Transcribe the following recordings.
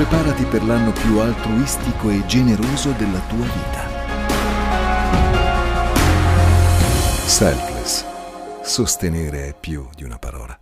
Preparati per l'anno più altruistico e generoso della tua vita. Selfless. Sostenere è più di una parola.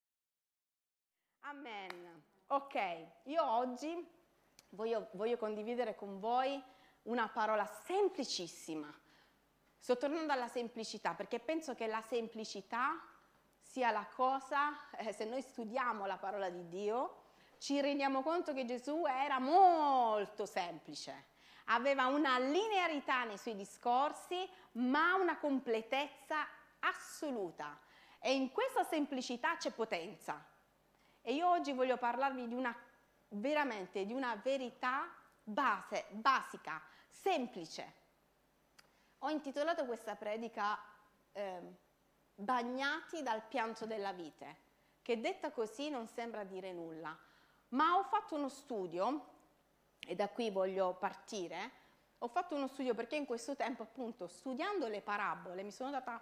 Amen. Ok, io oggi voglio condividere con voi una parola semplicissima. Sto tornando alla semplicità perché penso che la semplicità sia la cosa, se noi studiamo la parola di Dio, ci rendiamo conto che Gesù era molto semplice. Aveva una linearità nei suoi discorsi, ma una completezza assoluta. E in questa semplicità c'è potenza. E io oggi voglio parlarvi di una verità basica, semplice. Ho intitolato questa predica Bagnati dal pianto della vite, che detta così non sembra dire nulla, ma ho fatto uno studio, e da qui voglio partire. Ho fatto uno studio perché in questo tempo, appunto, studiando le parabole, mi sono data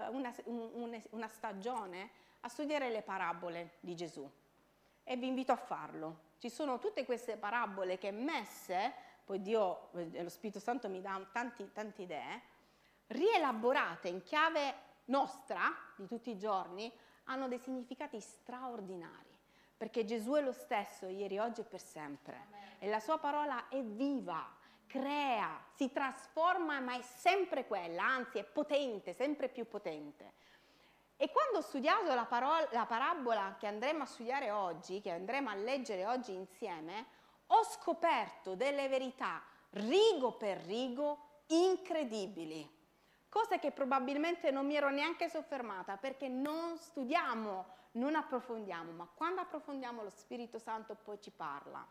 una stagione a studiare le parabole di Gesù. E vi invito a farlo. Ci sono tutte queste parabole che messe, poi Dio, lo Spirito Santo mi dà tante idee, rielaborate in chiave nostra, di tutti i giorni, hanno dei significati straordinari. Perché Gesù è lo stesso ieri, oggi e per sempre. Amen. E la sua parola è viva, crea, si trasforma, ma è sempre quella, anzi è potente, sempre più potente. E quando ho studiato la parabola che andremo a studiare oggi, che andremo a leggere oggi insieme, ho scoperto delle verità rigo per rigo incredibili, cose che probabilmente non mi ero neanche soffermata perché non studiamo, non approfondiamo, ma quando approfondiamo lo Spirito Santo poi ci parla.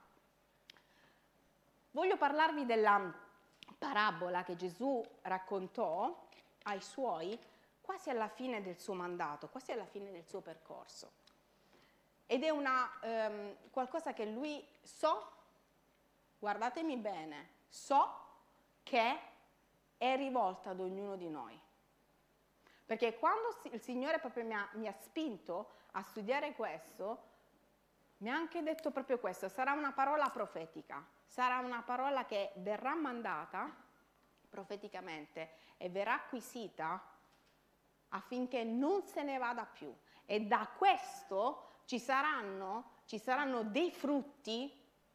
Voglio parlarvi della parabola che Gesù raccontò ai suoi quasi alla fine del suo mandato, quasi alla fine del suo percorso. Ed è qualcosa che lui guardatemi bene, che è rivolta ad ognuno di noi. Perché quando il Signore proprio mi ha spinto a studiare questo, mi ha anche detto proprio questo: sarà una parola profetica, sarà una parola che verrà mandata profeticamente e verrà acquisita affinché non se ne vada più. E da questo ci saranno dei frutti,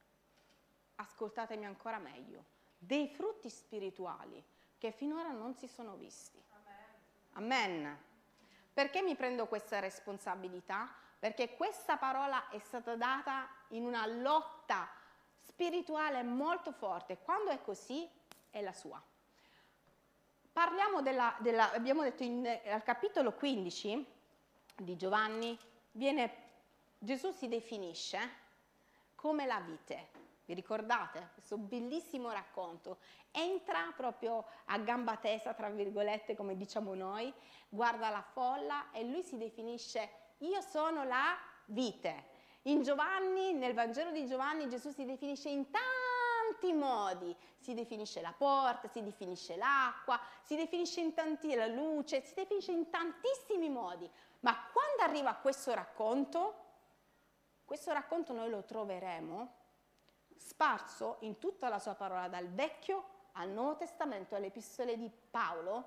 ascoltatemi ancora meglio, dei frutti spirituali che finora non si sono visti. Amen. Perché mi prendo questa responsabilità? Perché questa parola è stata data in una lotta spirituale molto forte. Quando è così, è la sua. Parliamo abbiamo detto al capitolo 15 di Giovanni, Gesù si definisce come la vite. Vi ricordate? Questo bellissimo racconto. Entra proprio a gamba tesa, tra virgolette, come diciamo noi, guarda la folla e lui si definisce: io sono la vite. In Giovanni, nel Vangelo di Giovanni, Gesù si definisce in tanti modi. Si definisce la porta, si definisce l'acqua, si definisce la luce, si definisce in tantissimi modi. Ma quando arriva a questo racconto noi lo troveremo sparso in tutta la sua parola, dal Vecchio al Nuovo Testamento, alle epistole di Paolo,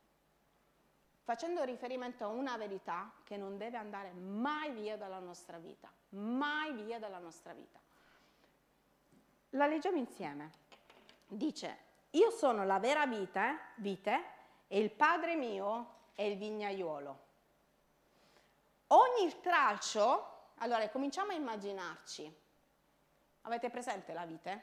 facendo riferimento a una verità che non deve andare mai via dalla nostra vita, mai via dalla nostra vita. La leggiamo insieme. Dice: io sono la vera vite e il Padre mio è il vignaiuolo. Ogni tralcio, allora cominciamo a immaginarci. Avete presente la vite?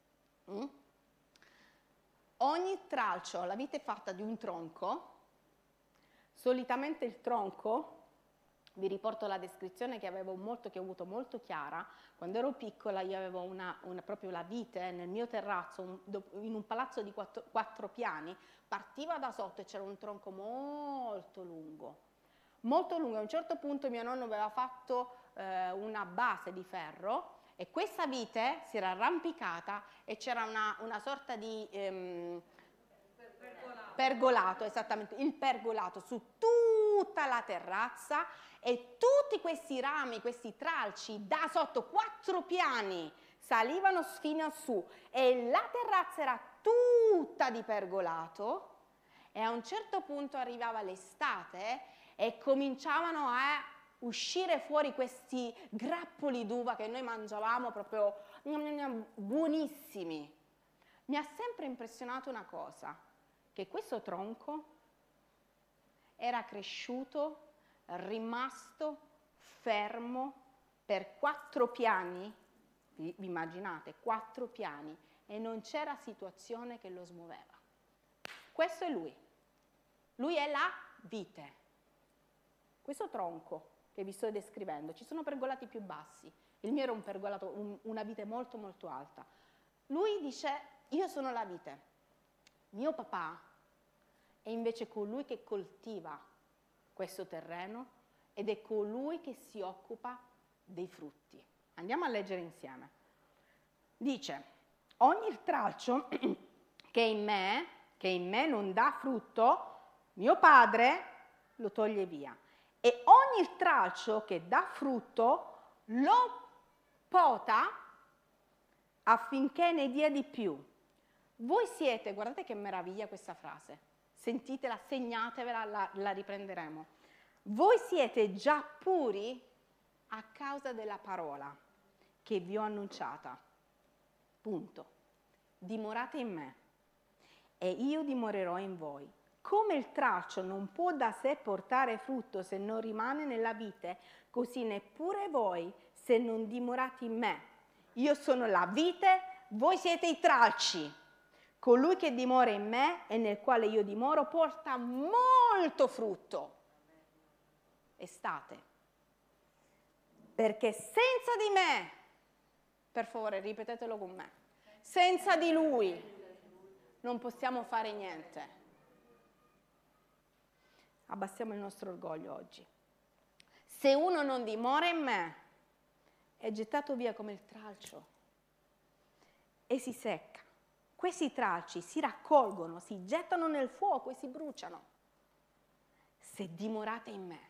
Ogni tralcio, la vite è fatta di un tronco. Solitamente il tronco, vi riporto la descrizione che ho avuto molto chiara. Quando ero piccola io avevo proprio la vite nel mio terrazzo, in un palazzo di 4 piani, partiva da sotto e c'era un tronco molto lungo. Molto lungo. A un certo punto mio nonno aveva fatto una base di ferro e questa vite si era arrampicata e c'era una sorta di pergolato, esattamente, il pergolato su tutta la terrazza, e tutti questi rami, questi tralci da sotto 4 piani salivano fino a su e la terrazza era tutta di pergolato e a un certo punto arrivava l'estate e cominciavano a uscire fuori questi grappoli d'uva che noi mangiavamo proprio buonissimi. Mi ha sempre impressionato una cosa, che questo tronco era cresciuto, rimasto fermo per 4 piani, vi immaginate, 4 piani, e non c'era situazione che lo smuoveva. Questo è lui. Lui è la vite. Questo tronco che vi sto descrivendo, ci sono pergolati più bassi, il mio era un pergolato, una vite molto molto alta. Lui dice, io sono la vite, mio papà è invece colui che coltiva questo terreno ed è colui che si occupa dei frutti. Andiamo a leggere insieme. Dice, ogni tralcio che in me non dà frutto, mio padre lo toglie via. E ogni tralcio che dà frutto lo pota affinché ne dia di più. Voi siete, guardate che meraviglia questa frase, sentitela, segnatevela, la riprenderemo. Voi siete già puri a causa della parola che vi ho annunciata. Punto. Dimorate in me e io dimorerò in voi. Come il tralcio non può da sé portare frutto se non rimane nella vite, così neppure voi se non dimorate in me. Io sono la vite, voi siete i tralci. Colui che dimora in me e nel quale io dimoro porta molto frutto. Estate. Perché senza di me, per favore ripetetelo con me, senza di lui non possiamo fare niente. Abbassiamo il nostro orgoglio oggi. Se uno non dimora in me, è gettato via come il tralcio e si secca. Questi tralci si raccolgono, si gettano nel fuoco e si bruciano. Se dimorate in me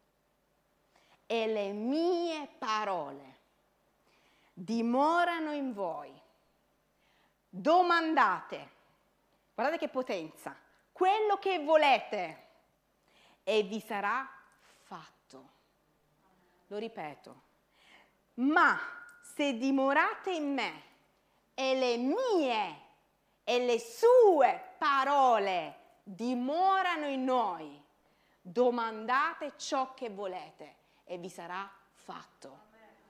e le mie parole dimorano in voi, domandate, guardate che potenza, quello che volete e vi sarà fatto. Lo ripeto, ma se dimorate in me e le mie e le sue parole dimorano in noi, domandate ciò che volete e vi sarà fatto.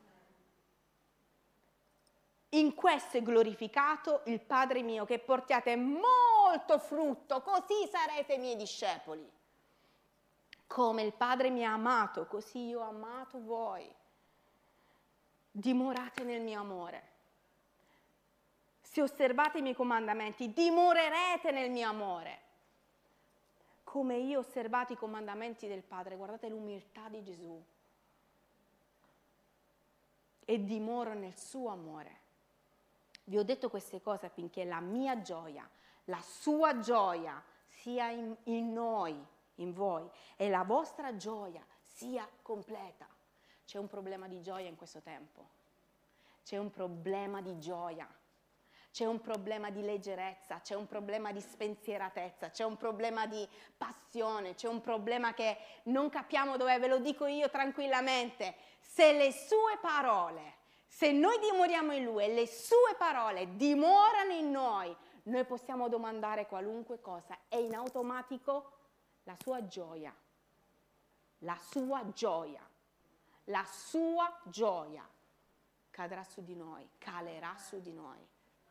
In questo è glorificato il Padre mio, che portiate molto frutto, così sarete miei discepoli. Come il Padre mi ha amato, così io ho amato voi. Dimorate nel mio amore. Se osservate i miei comandamenti, dimorerete nel mio amore. Come io ho osservato i comandamenti del Padre, guardate l'umiltà di Gesù. E dimoro nel suo amore. Vi ho detto queste cose affinché la mia gioia, la sua gioia sia in noi, in voi, e la vostra gioia sia completa. C'è un problema di gioia in questo tempo. C'è un problema di gioia. C'è un problema di leggerezza, c'è un problema di spensieratezza, c'è un problema di passione, c'è un problema che non capiamo dov'è, ve lo dico io tranquillamente. Se le sue parole, se noi dimoriamo in lui e le sue parole dimorano in noi possiamo domandare qualunque cosa e in automatico la sua gioia cadrà su di noi, calerà su di noi.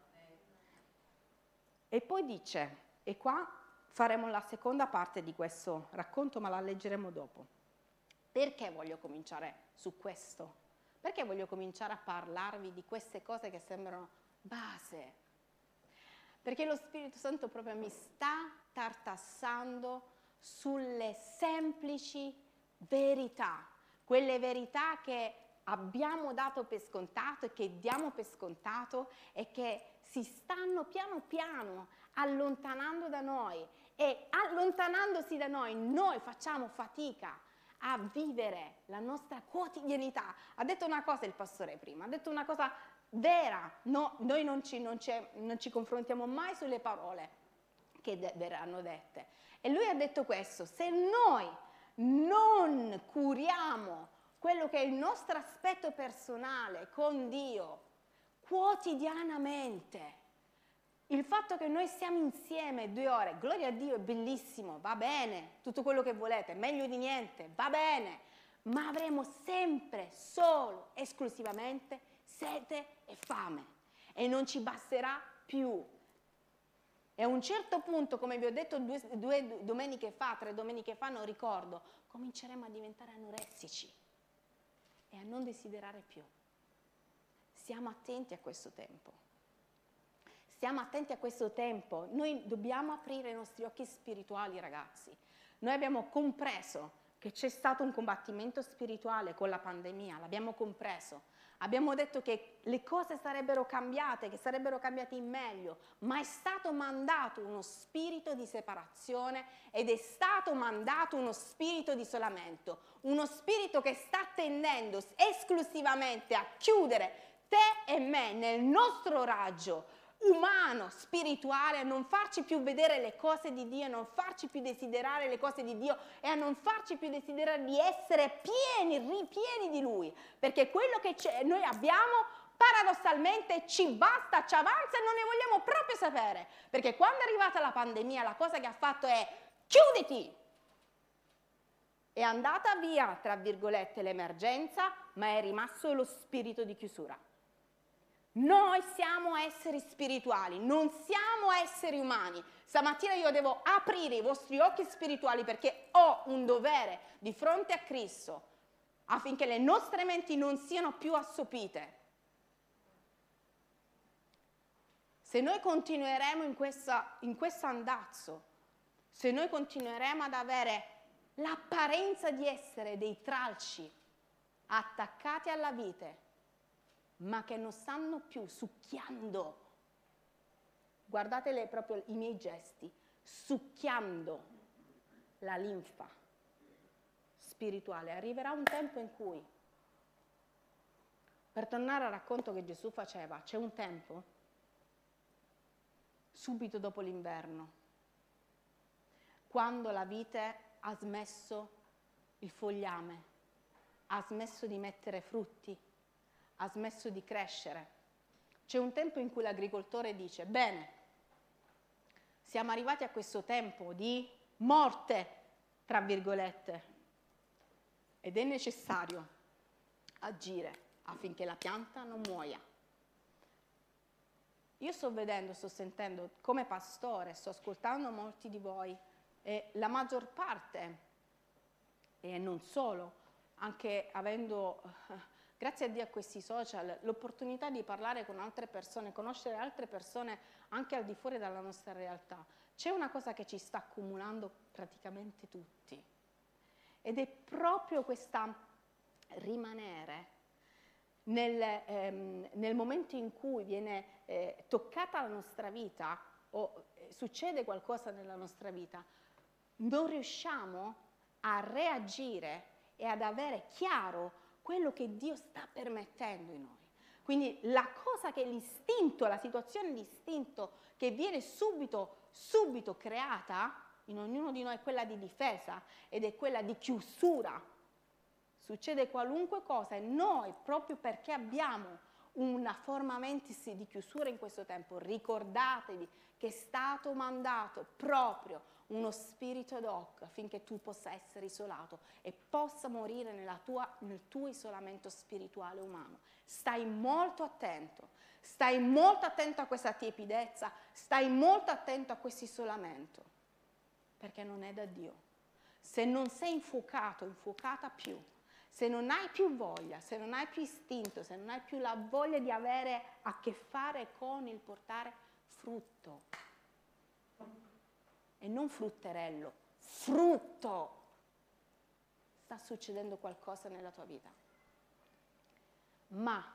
E poi dice, e qua faremo la seconda parte di questo racconto, ma la leggeremo dopo. Perché voglio cominciare su questo? Perché voglio cominciare a parlarvi di queste cose che sembrano base? Perché lo Spirito Santo proprio mi sta tartassando sulle semplici verità, quelle verità che abbiamo dato per scontato e che diamo per scontato e che si stanno piano piano allontanando da noi, e allontanandosi da noi facciamo fatica a vivere la nostra quotidianità. Ha detto una cosa il pastore prima, ha detto una cosa vera. No, noi non ci confrontiamo mai sulle parole che verranno dette. E lui ha detto questo: se noi non curiamo quello che è il nostro aspetto personale con Dio quotidianamente, il fatto che noi stiamo insieme 2 ore, gloria a Dio, è bellissimo, va bene, tutto quello che volete, meglio di niente, va bene, ma avremo sempre, solo, esclusivamente sete e fame e non ci basterà più. E a un certo punto, come vi ho detto 2 domeniche fa, 3 domeniche fa, non ricordo, cominceremo a diventare anoressici e a non desiderare più. Stiamo attenti a questo tempo. Stiamo attenti a questo tempo. Noi dobbiamo aprire i nostri occhi spirituali, ragazzi. Noi abbiamo compreso che c'è stato un combattimento spirituale con la pandemia, l'abbiamo compreso. Abbiamo detto che le cose sarebbero cambiate, che sarebbero cambiate in meglio, ma è stato mandato uno spirito di separazione ed è stato mandato uno spirito di isolamento, uno spirito che sta tendendo esclusivamente a chiudere te e me nel nostro raggio umano, spirituale, a non farci più vedere le cose di Dio, a non farci più desiderare le cose di Dio e a non farci più desiderare di essere pieni, ripieni di Lui, perché quello che noi abbiamo paradossalmente ci basta, ci avanza e non ne vogliamo proprio sapere, perché quando è arrivata la pandemia la cosa che ha fatto è chiuditi, è andata via, tra virgolette, l'emergenza, ma è rimasto lo spirito di chiusura. Noi siamo esseri spirituali, non siamo esseri umani. Stamattina io devo aprire i vostri occhi spirituali perché ho un dovere di fronte a Cristo affinché le nostre menti non siano più assopite. Se noi continueremo in questo andazzo, se noi continueremo ad avere l'apparenza di essere dei tralci attaccati alla vite, ma che non stanno più succhiando, guardate proprio i miei gesti, succhiando la linfa spirituale, arriverà un tempo in cui, per tornare al racconto che Gesù faceva, c'è un tempo, subito dopo l'inverno, quando la vite ha smesso il fogliame, ha smesso di mettere frutti, ha smesso di crescere. C'è un tempo in cui l'agricoltore dice: bene, siamo arrivati a questo tempo di morte, tra virgolette, ed è necessario agire affinché la pianta non muoia. Io sto vedendo, sto sentendo come pastore, sto ascoltando molti di voi e la maggior parte, e non solo, anche avendo, grazie a Dio a questi social, l'opportunità di parlare con altre persone, conoscere altre persone anche al di fuori della nostra realtà, c'è una cosa che ci sta accumulando praticamente tutti ed è proprio questa rimanere nel momento in cui viene toccata la nostra vita o succede qualcosa nella nostra vita, non riusciamo a reagire e ad avere chiaro quello che Dio sta permettendo in noi. Quindi la cosa che l'istinto, la situazione di istinto che viene subito creata in ognuno di noi è quella di difesa ed è quella di chiusura. Succede qualunque cosa e noi, proprio perché abbiamo una forma mentis di chiusura in questo tempo, ricordatevi che è stato mandato proprio uno spirito ad hoc affinché tu possa essere isolato e possa morire nel tuo isolamento spirituale umano. Stai molto attento a questa tiepidezza, stai molto attento a questo isolamento, perché non è da Dio. Se non sei infuocata più, se non hai più voglia, se non hai più istinto, se non hai più la voglia di avere a che fare con il portare frutto, e non frutterello, frutto, sta succedendo qualcosa nella tua vita. Ma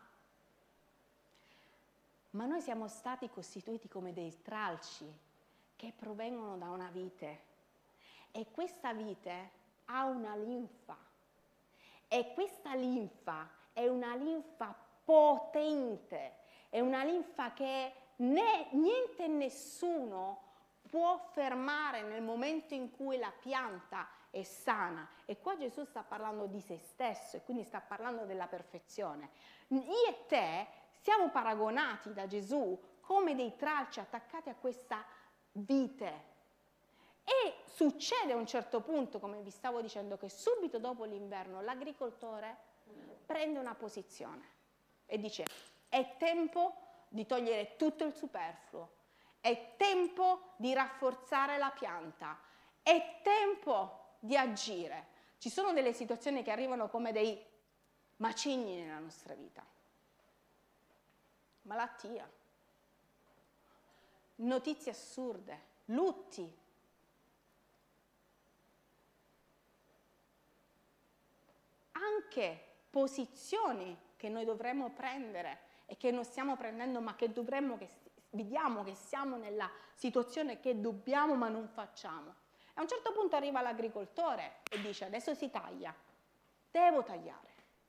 noi siamo stati costituiti come dei tralci che provengono da una vite e questa vite ha una linfa e questa linfa è una linfa potente è una linfa che niente e nessuno può fermare nel momento in cui la pianta è sana. E qua Gesù sta parlando di se stesso e quindi sta parlando della perfezione. Io e te siamo paragonati da Gesù come dei tralci attaccati a questa vite. E succede a un certo punto, come vi stavo dicendo, che subito dopo l'inverno l'agricoltore prende una posizione e dice: è tempo di togliere tutto il superfluo, è tempo di rafforzare la pianta, è tempo di agire. Ci sono delle situazioni che arrivano come dei macigni nella nostra vita. Malattia, notizie assurde, lutti. Anche posizioni che noi dovremmo prendere e che non stiamo prendendo, ma che dovremmo, vediamo che siamo nella situazione che dobbiamo ma non facciamo. E a un certo punto arriva l'agricoltore e dice: adesso si taglia, devo tagliare.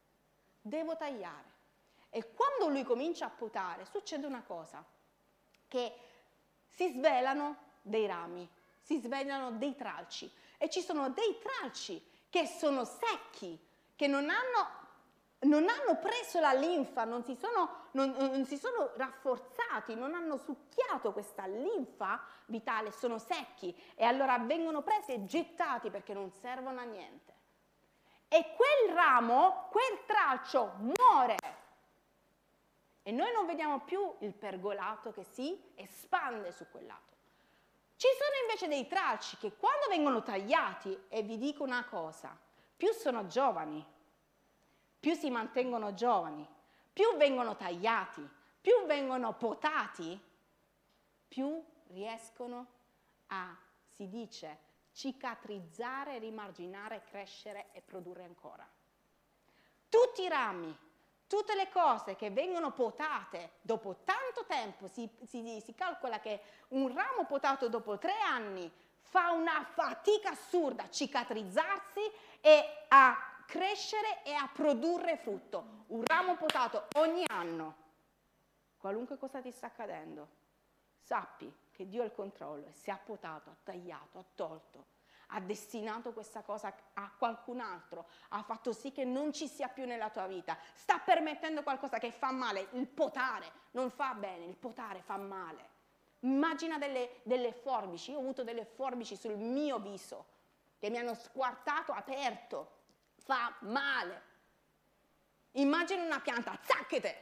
E quando lui comincia a potare succede una cosa, che si svelano dei rami, si svelano dei tralci, e ci sono dei tralci che sono secchi, che non hanno preso la linfa, non si sono rafforzati, non hanno succhiato questa linfa vitale, sono secchi e allora vengono presi e gettati perché non servono a niente. E quel ramo, quel tralcio muore e noi non vediamo più il pergolato che si espande su quel lato. Ci sono invece dei tralci che quando vengono tagliati, e vi dico una cosa, più sono giovani, più si mantengono giovani, più vengono tagliati, più vengono potati, più riescono a, si dice, cicatrizzare, rimarginare, crescere e produrre ancora. Tutti i rami, tutte le cose che vengono potate dopo tanto tempo, si calcola che un ramo potato dopo 3 anni fa una fatica assurda a cicatrizzarsi e a crescere e a produrre frutto. Un ramo potato ogni anno, qualunque cosa ti sta accadendo, sappi che Dio ha il controllo e se ha potato, ha tagliato, ha tolto, ha destinato questa cosa a qualcun altro, ha fatto sì che non ci sia più nella tua vita, sta permettendo qualcosa che fa male. Il potare non fa bene, il potare fa male. Immagina delle forbici, io ho avuto delle forbici sul mio viso che mi hanno squartato aperto, fa male. Immagina una pianta, zacchete,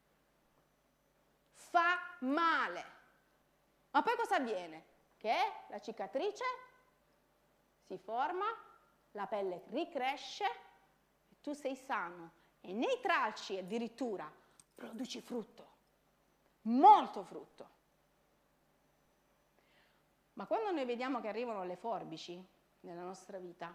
fa male. Ma poi cosa avviene? Che la cicatrice si forma, la pelle ricresce e tu sei sano. E nei tralci addirittura produci frutto, molto frutto. Ma quando noi vediamo che arrivano le forbici nella nostra vita,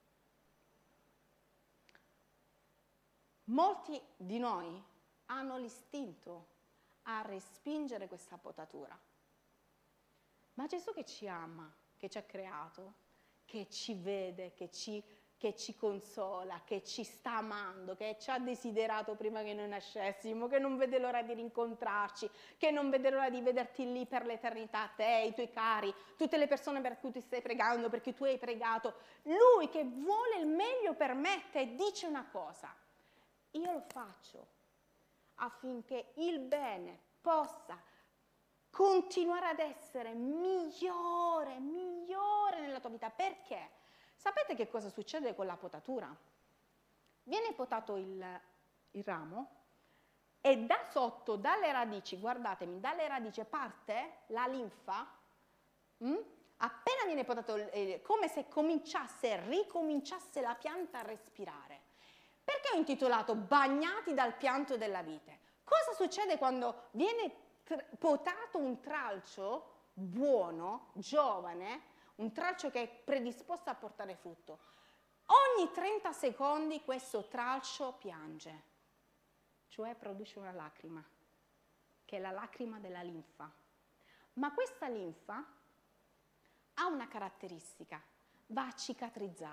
molti di noi hanno l'istinto a respingere questa potatura. Ma Gesù che ci ama, che ci ha creato, che ci vede, che ci consola, che ci sta amando, che ci ha desiderato prima che noi nascessimo, che non vede l'ora di rincontrarci, che non vede l'ora di vederti lì per l'eternità, te, i tuoi cari, tutte le persone per cui tu stai pregando, perché tu hai pregato. Lui che vuole il meglio per me, te dice una cosa: io lo faccio affinché il bene possa continuare ad essere migliore nella tua vita. Perché? Sapete che cosa succede con la potatura? Viene potato il ramo e da sotto, dalle radici, guardatemi, dalle radici parte la linfa, appena viene potato, come se ricominciasse la pianta a respirare. Perché ho intitolato Bagnati dal pianto della vite? Cosa succede quando viene potato un tralcio buono, giovane, un tralcio che è predisposto a portare frutto? Ogni 30 secondi questo tralcio piange, cioè produce una lacrima, che è la lacrima della linfa. Ma questa linfa ha una caratteristica: va a cicatrizzare.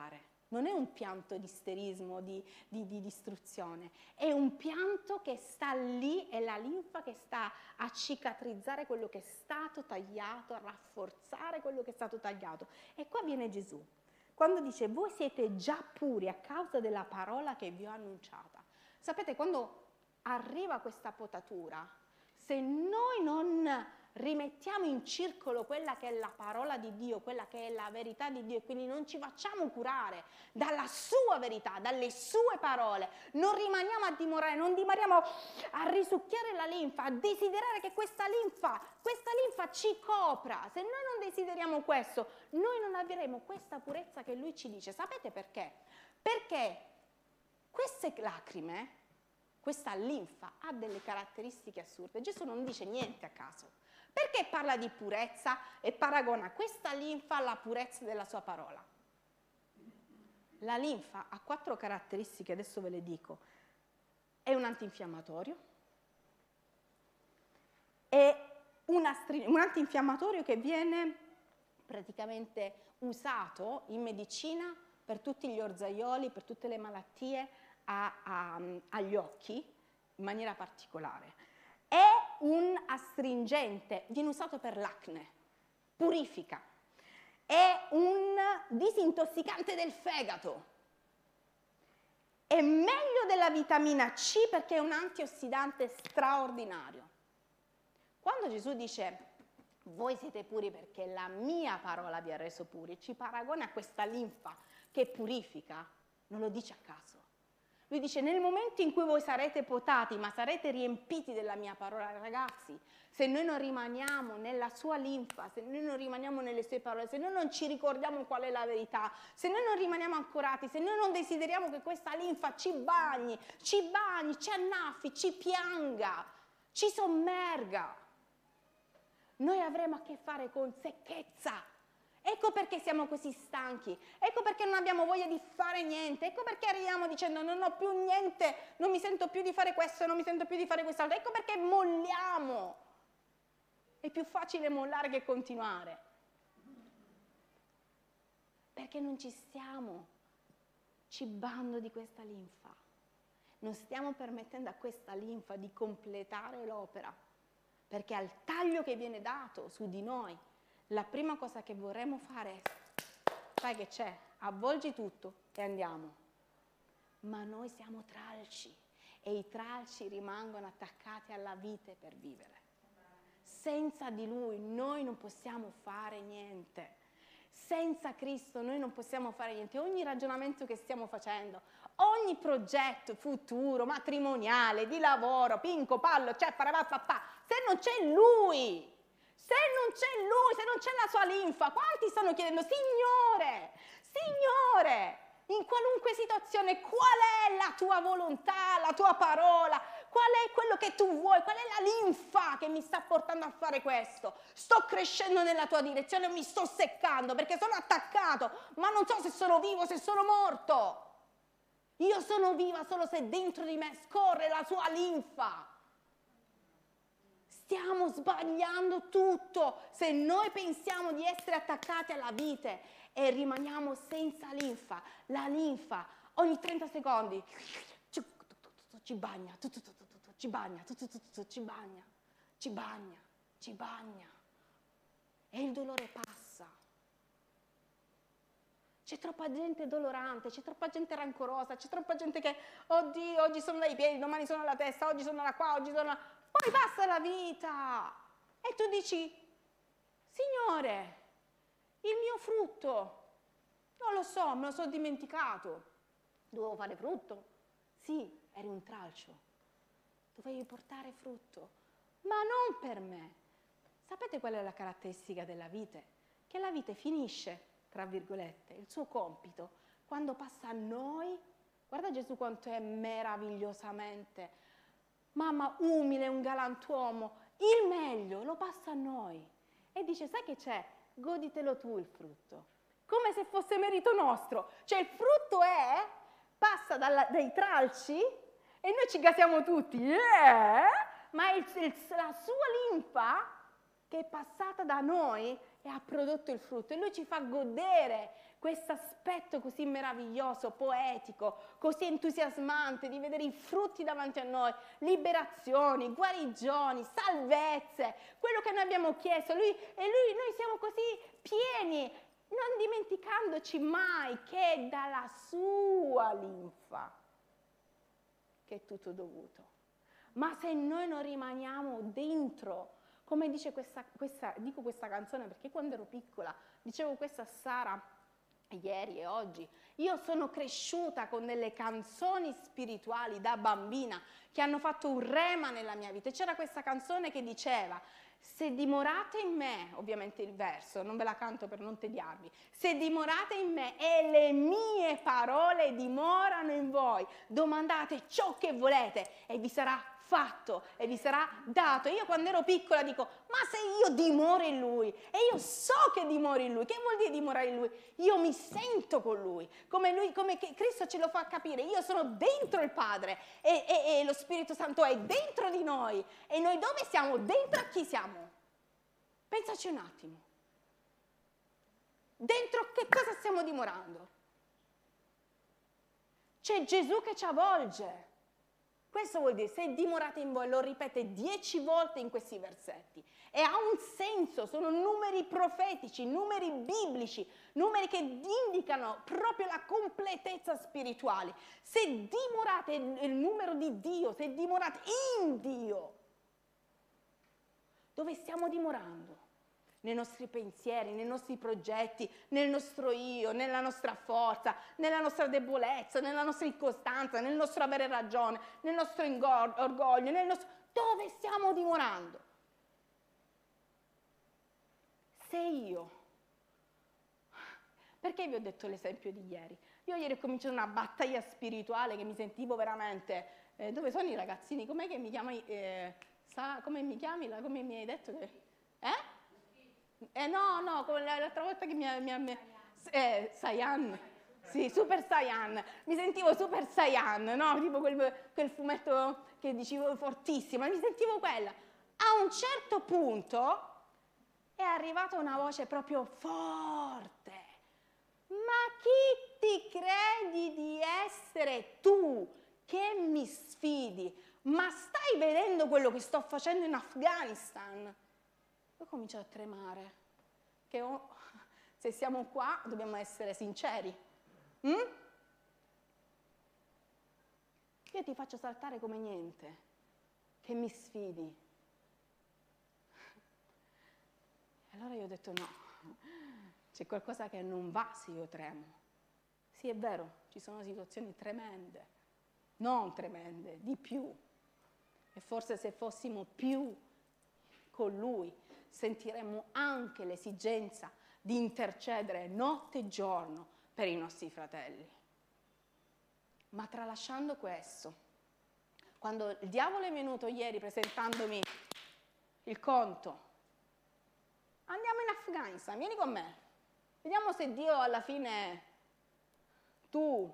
Non è un pianto di isterismo, di distruzione, è un pianto che sta lì, è la linfa che sta a cicatrizzare quello che è stato tagliato, a rafforzare quello che è stato tagliato. E qua viene Gesù, quando dice voi siete già puri a causa della parola che vi ho annunciata. Sapete, quando arriva questa potatura, se noi non rimettiamo in circolo quella che è la parola di Dio, quella che è la verità di Dio, e quindi non ci facciamo curare dalla sua verità, dalle sue parole, non rimaniamo a dimorare, non rimaniamo a risucchiare la linfa, a desiderare che questa linfa ci copra. Se noi non desideriamo questo, noi non avremo questa purezza che lui ci dice. Sapete perché? Perché queste lacrime, questa linfa ha delle caratteristiche assurde. Gesù non dice niente a caso. Perché parla di purezza e paragona questa linfa alla purezza della sua parola? La linfa ha 4 caratteristiche, adesso ve le dico. È un antinfiammatorio, è un antinfiammatorio che viene praticamente usato in medicina per tutti gli orzaioli, per tutte le malattie agli occhi, in maniera particolare. È un astringente, viene usato per l'acne, purifica. È un disintossicante del fegato. È meglio della vitamina C perché è un antiossidante straordinario. Quando Gesù dice voi siete puri perché la mia parola vi ha reso puri, ci paragona a questa linfa che purifica, non lo dice a caso. Lui dice nel momento in cui voi sarete potati ma sarete riempiti della mia parola, ragazzi, se noi non rimaniamo nella sua linfa, se noi non rimaniamo nelle sue parole, se noi non ci ricordiamo qual è la verità, se noi non rimaniamo ancorati, se noi non desideriamo che questa linfa ci bagni, ci annaffi, ci pianga, ci sommerga, noi avremo a che fare con secchezza. Ecco perché siamo così stanchi, ecco perché non abbiamo voglia di fare niente, ecco perché arriviamo dicendo non ho più niente, non mi sento più di fare questo, non mi sento più di fare quest'altro, ecco perché molliamo. È più facile mollare che continuare, perché non ci stiamo cibando di questa linfa, non stiamo permettendo a questa linfa di completare l'opera, perché al taglio che viene dato su di noi, la prima cosa che vorremmo fare è, sai che c'è, avvolgi tutto e andiamo. Ma noi siamo tralci e i tralci rimangono attaccati alla vite per vivere. Senza di Lui noi non possiamo fare niente. Senza Cristo noi non possiamo fare niente. Ogni ragionamento che stiamo facendo, ogni progetto futuro, matrimoniale, di lavoro, pinco, pallo, se non c'è Lui, se non c'è Lui, se non c'è la sua linfa, quanti stanno chiedendo, Signore, in qualunque situazione, qual è la tua volontà, la tua parola, qual è quello che tu vuoi, qual è la linfa che mi sta portando a fare questo? Sto crescendo nella tua direzione o mi sto seccando perché sono attaccato, ma non so se sono vivo o se sono morto. Io sono viva solo se dentro di me scorre la sua linfa. Stiamo sbagliando tutto se noi pensiamo di essere attaccati alla vite e rimaniamo senza linfa. La linfa ogni 30 secondi ci bagna, ci bagna e il dolore passa. C'è troppa gente dolorante, c'è troppa gente rancorosa, c'è troppa gente che, oddio, oggi sono dai piedi, domani sono alla testa, oggi sono da qua, oggi sono... Poi passa la vita e tu dici, Signore, il mio frutto, non lo so, me lo sono dimenticato. Dovevo fare frutto? Sì, eri un tralcio. Dovevi portare frutto, ma non per me. Sapete qual è la caratteristica della vite? Che la vite finisce, tra virgolette, il suo compito quando passa a noi. Guarda Gesù quanto è meravigliosamente, mamma, umile, un galantuomo, il meglio lo passa a noi e dice, sai che c'è? Goditelo tu il frutto, come se fosse merito nostro, cioè il frutto passa dai tralci e noi ci gasiamo tutti, ma la sua linfa che è passata da noi e ha prodotto il frutto e lui ci fa godere questo aspetto così meraviglioso, poetico, così entusiasmante di vedere i frutti davanti a noi, liberazioni, guarigioni, salvezze, quello che noi abbiamo chiesto, noi siamo così pieni, non dimenticandoci mai che è dalla sua linfa che è tutto dovuto. Ma se noi non rimaniamo dentro, come dice dico questa canzone perché quando ero piccola dicevo questa a Sara ieri e oggi, io sono cresciuta con delle canzoni spirituali da bambina che hanno fatto un rema nella mia vita. C'era questa canzone che diceva: se dimorate in me, ovviamente il verso, non ve la canto per non tediarvi, se dimorate in me e le mie parole dimorano in voi, domandate ciò che volete e vi sarà fatto e vi sarà dato. Io quando ero piccola dico: ma se io dimoro in lui, e io so che dimoro in lui, che vuol dire dimorare in lui? Io mi sento con lui, come Cristo ce lo fa capire, io sono dentro il Padre e lo Spirito Santo è dentro di noi, e noi dove siamo? Dentro a chi siamo? Pensaci un attimo, dentro che cosa stiamo dimorando? C'è Gesù che ci avvolge. Questo vuol dire, se dimorate in voi, lo ripete 10 volte in questi versetti, e ha un senso, sono numeri profetici, numeri biblici, numeri che indicano proprio la completezza spirituale. Se dimorate il numero di Dio, se dimorate in Dio, dove stiamo dimorando? Nei nostri pensieri, nei nostri progetti, nel nostro io, nella nostra forza, nella nostra debolezza, nella nostra incostanza, nel nostro avere ragione, nel nostro orgoglio, dove stiamo dimorando? Se io, perché vi ho detto l'esempio di ieri? Io ieri ho cominciato una battaglia spirituale che mi sentivo veramente, dove sono i ragazzini? Com'è che mi chiami? Come mi chiami? Come mi hai detto? No, come l'altra volta che Saiyan. Sì, Super Saiyan. Mi sentivo Super Saiyan, no? Tipo quel fumetto che dicevo fortissimo, mi sentivo quella. A un certo punto è arrivata una voce proprio forte. Ma chi ti credi di essere tu che mi sfidi? Ma stai vedendo quello che sto facendo in Afghanistan? Ho cominciato a tremare, che se siamo qua dobbiamo essere sinceri. Io ti faccio saltare come niente, che mi sfidi. E allora io ho detto no, c'è qualcosa che non va se io tremo. Sì, è vero, ci sono situazioni tremende, non tremende, di più. E forse se fossimo più con Lui, sentiremmo anche l'esigenza di intercedere notte e giorno per i nostri fratelli. Ma tralasciando questo, quando il diavolo è venuto ieri presentandomi il conto, andiamo in Afghanistan, vieni con me, vediamo se Dio alla fine tu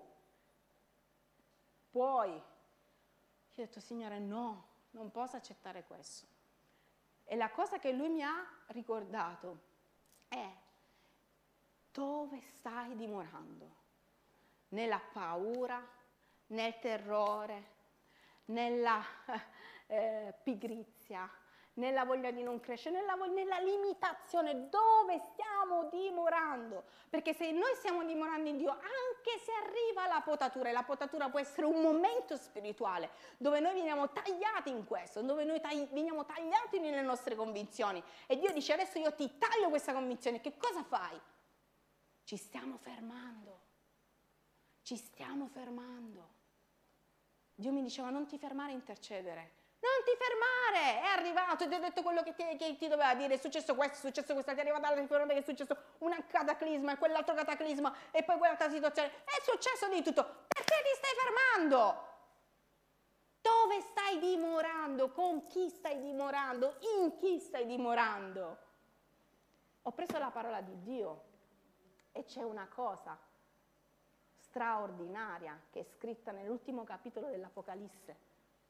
puoi. Io ho detto: Signore, no, non posso accettare questo. E la cosa che lui mi ha ricordato è: dove stai dimorando? Nella paura, nel terrore, nella pigrizia, nella voglia di non crescere, nella limitazione. Dove stiamo dimorando? Perché se noi stiamo dimorando in Dio, anche se arriva la potatura, e la potatura può essere un momento spirituale dove noi veniamo tagliati in questo, dove noi veniamo tagliati nelle nostre convinzioni, e Dio dice: adesso io ti taglio questa convinzione, che cosa fai? Ci stiamo fermando, ci stiamo fermando. Dio mi diceva: non ti fermare a intercedere, non ti fermare, è arrivato e ti ho detto quello che ti doveva dire, è successo questo, ti è arrivata la riforma, che è successo un cataclisma e quell'altro cataclisma e poi quell'altra situazione, è successo di tutto, perché ti stai fermando? Dove stai dimorando? Con chi stai dimorando? In chi stai dimorando? Ho preso la parola di Dio e c'è una cosa straordinaria che è scritta nell'ultimo capitolo dell'Apocalisse.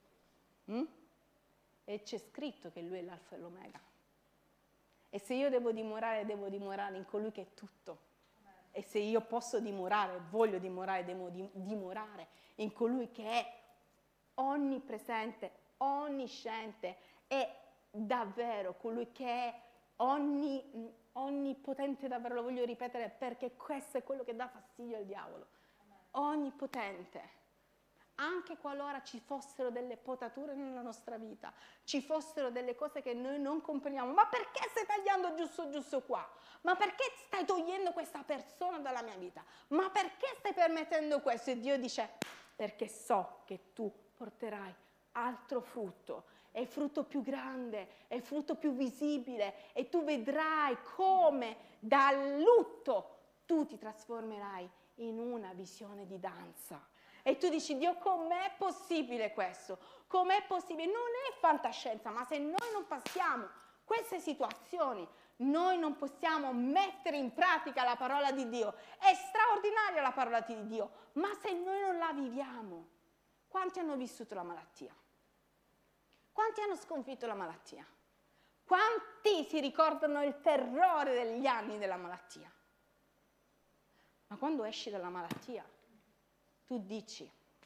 E c'è scritto che Lui è l'Alfa e l'Omega. E se io devo dimorare in colui che è tutto. E se io posso dimorare, voglio dimorare, devo dimorare in colui che è onnipresente, onnisciente, è davvero colui che è onnipotente, davvero lo voglio ripetere perché questo è quello che dà fastidio al diavolo. Onnipotente. Anche qualora ci fossero delle potature nella nostra vita, ci fossero delle cose che noi non comprendiamo, ma perché stai tagliando giusto qua? Ma perché stai togliendo questa persona dalla mia vita? Ma perché stai permettendo questo? E Dio dice, perché so che tu porterai altro frutto, è il frutto più grande, è il frutto più visibile e tu vedrai come dal lutto tu ti trasformerai in una visione di danza. E tu dici, Dio, com'è possibile questo? Com'è possibile? Non è fantascienza, ma se noi non passiamo queste situazioni, noi non possiamo mettere in pratica la parola di Dio. È straordinaria la parola di Dio, ma se noi non la viviamo, quanti hanno vissuto la malattia? Quanti hanno sconfitto la malattia? Quanti si ricordano il terrore degli anni della malattia? Ma quando esci dalla malattia, tu dici,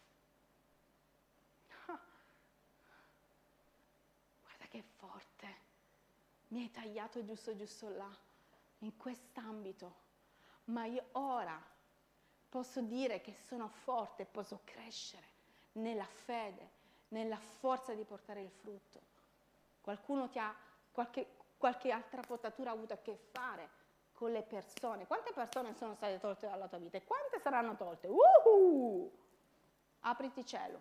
guarda che forte, mi hai tagliato giusto là, in quest'ambito, ma io ora posso dire che sono forte, posso crescere nella fede, nella forza di portare il frutto. Qualcuno ti ha, qualche altra potatura ha avuto a che fare con le persone. Quante persone sono state tolte dalla tua vita e quante saranno tolte? Apriti cielo.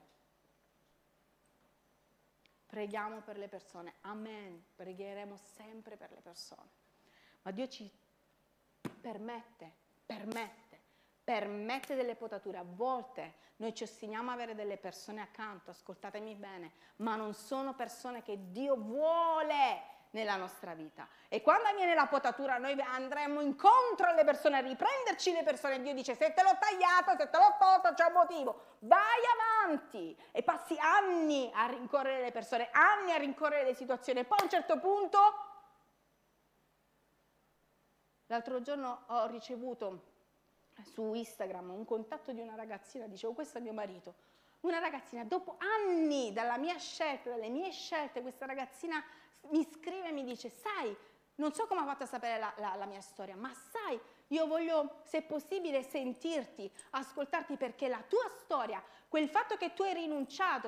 Preghiamo per le persone. Amen. Pregheremo sempre per le persone. Ma Dio ci permette delle potature. A volte noi ci ostiniamo a avere delle persone accanto, ascoltatemi bene, ma non sono persone che Dio vuole nella nostra vita. E quando viene la potatura noi andremo incontro alle persone, a riprenderci le persone. Dio dice, se te l'ho tagliato, se te l'ho tolto, c'è un motivo. Vai avanti. E passi anni a rincorrere le persone, anni a rincorrere le situazioni. E poi a un certo punto, l'altro giorno ho ricevuto su Instagram un contatto di una ragazzina, dicevo, questo è mio marito. Una ragazzina, dopo anni dalla mia scelta, dalle mie scelte, questa ragazzina mi scrive e mi dice, sai, non so come ha fatto a sapere la mia storia, ma sai, io voglio, se possibile, sentirti, ascoltarti, perché la tua storia, quel fatto che tu hai rinunciato,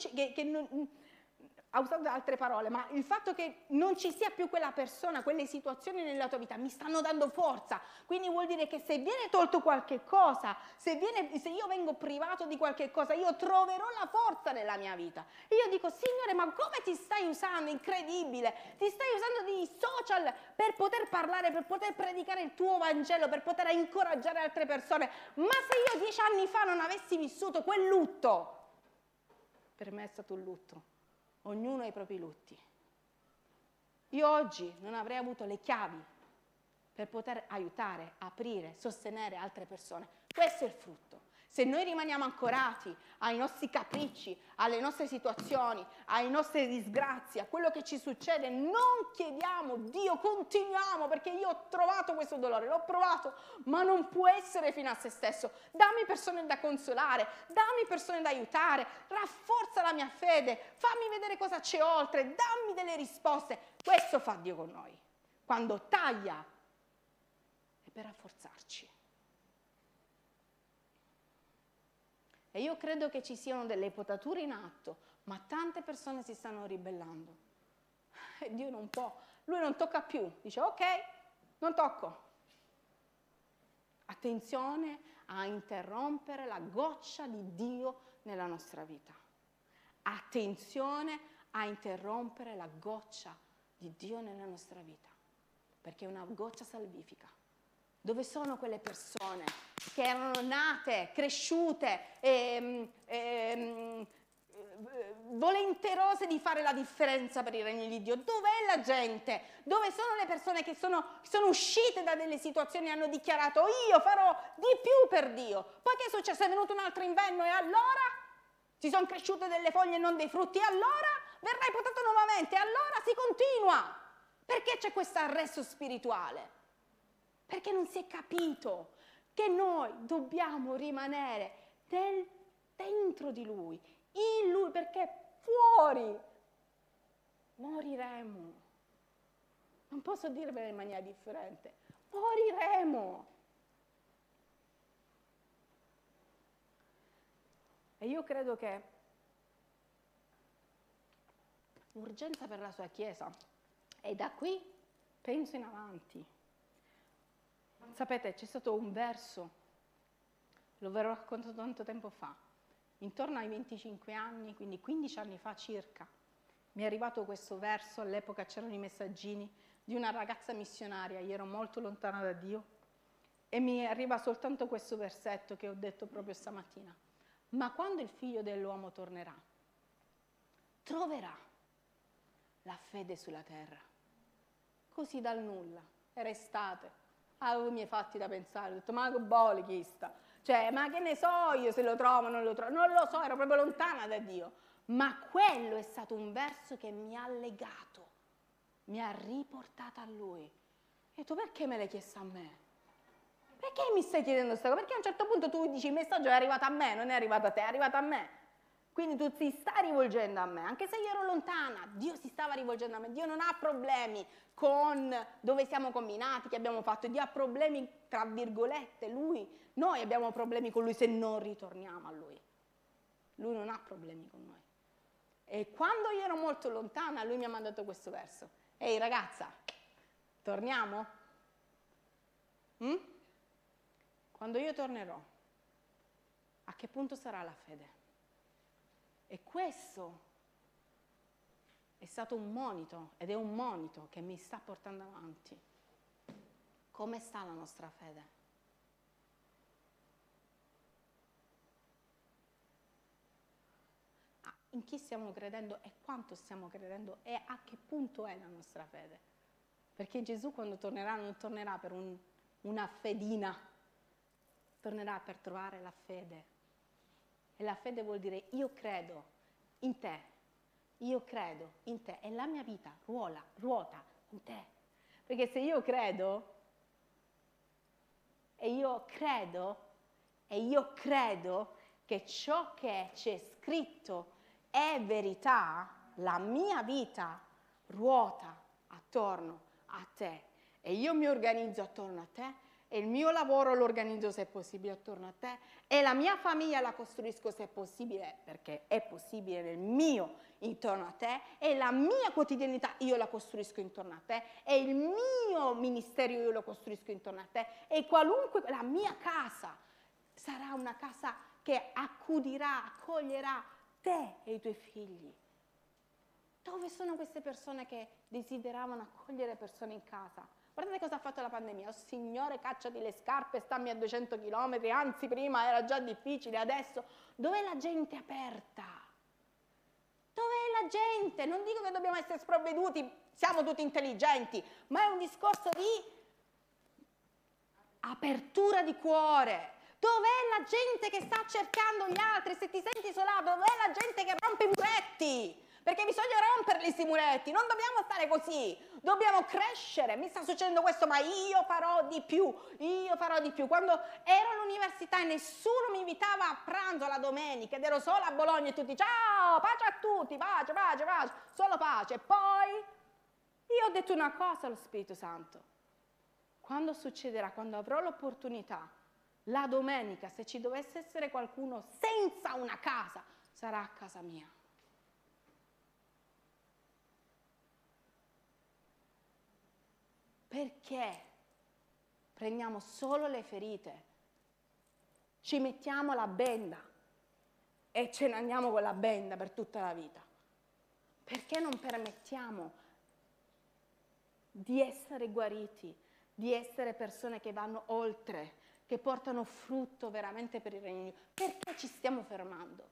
ha usato altre parole, ma il fatto che non ci sia più quella persona, quelle situazioni nella tua vita mi stanno dando forza. Quindi vuol dire che se viene tolto qualche cosa, se io vengo privato di qualche cosa, io troverò la forza nella mia vita. E io dico, Signore, ma come ti stai usando? Incredibile! Ti stai usando dei social per poter parlare, per poter predicare il tuo Vangelo, per poter incoraggiare altre persone. Ma se io 10 anni fa non avessi vissuto quel lutto, per me è stato un lutto. Ognuno ha i propri lutti. Io oggi non avrei avuto le chiavi per poter aiutare, aprire, sostenere altre persone. Questo è il frutto. Se noi rimaniamo ancorati ai nostri capricci, alle nostre situazioni, ai nostri disgrazie, a quello che ci succede, non chiediamo, Dio, continuiamo, perché io ho trovato questo dolore, l'ho provato, ma non può essere fino a se stesso. Dammi persone da consolare, dammi persone da aiutare, rafforza la mia fede, fammi vedere cosa c'è oltre, dammi delle risposte. Questo fa Dio con noi. Quando taglia è per rafforzarci. E io credo che ci siano delle potature in atto, ma tante persone si stanno ribellando. E Dio non può, Lui non tocca più, dice ok, non tocco. Attenzione a interrompere la goccia di Dio nella nostra vita. Attenzione a interrompere la goccia di Dio nella nostra vita, perché è una goccia salvifica. Dove sono quelle persone che erano nate, cresciute, volenterose di fare la differenza per il regno di Dio? Dov'è la gente? Dove sono le persone che sono uscite da delle situazioni e hanno dichiarato io farò di più per Dio? Poi che è successo? È venuto un altro inverno e allora? Si sono cresciute delle foglie e non dei frutti e allora? Verrai potato nuovamente e allora si continua. Perché c'è questo arresto spirituale? Perché non si è capito che noi dobbiamo rimanere dentro di Lui, in Lui, perché fuori moriremo. Non posso dirvelo in maniera differente. Moriremo. E io credo che l'urgenza per la sua Chiesa è da qui, penso in avanti. Sapete, c'è stato un verso, lo ve lo racconto tanto tempo fa, intorno ai 25 anni, quindi 15 anni fa circa, mi è arrivato questo verso, all'epoca c'erano i messaggini di una ragazza missionaria, io ero molto lontana da Dio, e mi arriva soltanto questo versetto che ho detto proprio stamattina. Ma quando il Figlio dell'uomo tornerà, troverà la fede sulla terra. Così dal nulla, era estate, avevo i miei fatti da pensare, ho detto ma che boli chi sta? Cioè, ma che ne so io se lo trovo o non lo trovo? Non lo so, ero proprio lontana da Dio. Ma quello è stato un verso che mi ha legato, mi ha riportata a Lui. E ho detto, perché me l'hai chiesto a me? Perché mi stai chiedendo questa cosa? Perché a un certo punto tu dici, il messaggio è arrivato a me, non è arrivato a te, è arrivato a me. Quindi tu ti stai rivolgendo a me, anche se io ero lontana, Dio si stava rivolgendo a me. Dio non ha problemi con dove siamo combinati, che abbiamo fatto, Dio ha problemi tra virgolette, noi abbiamo problemi con Lui se non ritorniamo a Lui. Lui non ha problemi con noi. E quando io ero molto lontana, Lui mi ha mandato questo verso. Ehi ragazza, torniamo? Quando io tornerò, a che punto sarà la fede? E questo è stato un monito ed è un monito che mi sta portando avanti. Come sta la nostra fede? In chi stiamo credendo e quanto stiamo credendo e a che punto è la nostra fede? Perché Gesù quando tornerà non tornerà per una fedina, tornerà per trovare la fede. E la fede vuol dire io credo in te, io credo in te e la mia vita ruota in te. Perché se io credo e io credo che ciò che c'è scritto è verità, la mia vita ruota attorno a te e io mi organizzo attorno a te e il mio lavoro lo organizzo se è possibile attorno a te e la mia famiglia la costruisco se è possibile, perché è possibile nel mio intorno a te e la mia quotidianità io la costruisco intorno a te e il mio ministero io lo costruisco intorno a te e la mia casa sarà una casa che accoglierà te e i tuoi figli. Dove sono queste persone che desideravano accogliere persone in casa? Guardate cosa ha fatto la pandemia. Oh Signore, cacciati le scarpe, stammi a 200 chilometri, anzi prima era già difficile, adesso. Dov'è la gente aperta? Dov'è la gente? Non dico che dobbiamo essere sprovveduti, siamo tutti intelligenti, ma è un discorso di apertura di cuore. Dov'è la gente che sta cercando gli altri? Se ti senti isolato, dov'è la gente che rompe i muretti? Perché bisogna romperli questi muretti, non dobbiamo stare così, dobbiamo crescere. Mi sta succedendo questo, ma io farò di più. Quando ero all'università e nessuno mi invitava a pranzo la domenica ed ero sola a Bologna e tutti, ciao, pace a tutti, pace, solo pace. E poi io ho detto una cosa allo Spirito Santo, quando succederà, quando avrò l'opportunità, la domenica, se ci dovesse essere qualcuno senza una casa, sarà a casa mia. Perché prendiamo solo le ferite, ci mettiamo la benda e ce ne andiamo con la benda per tutta la vita? Perché non permettiamo di essere guariti, di essere persone che vanno oltre, che portano frutto veramente per il regno di Dio? Perché ci stiamo fermando?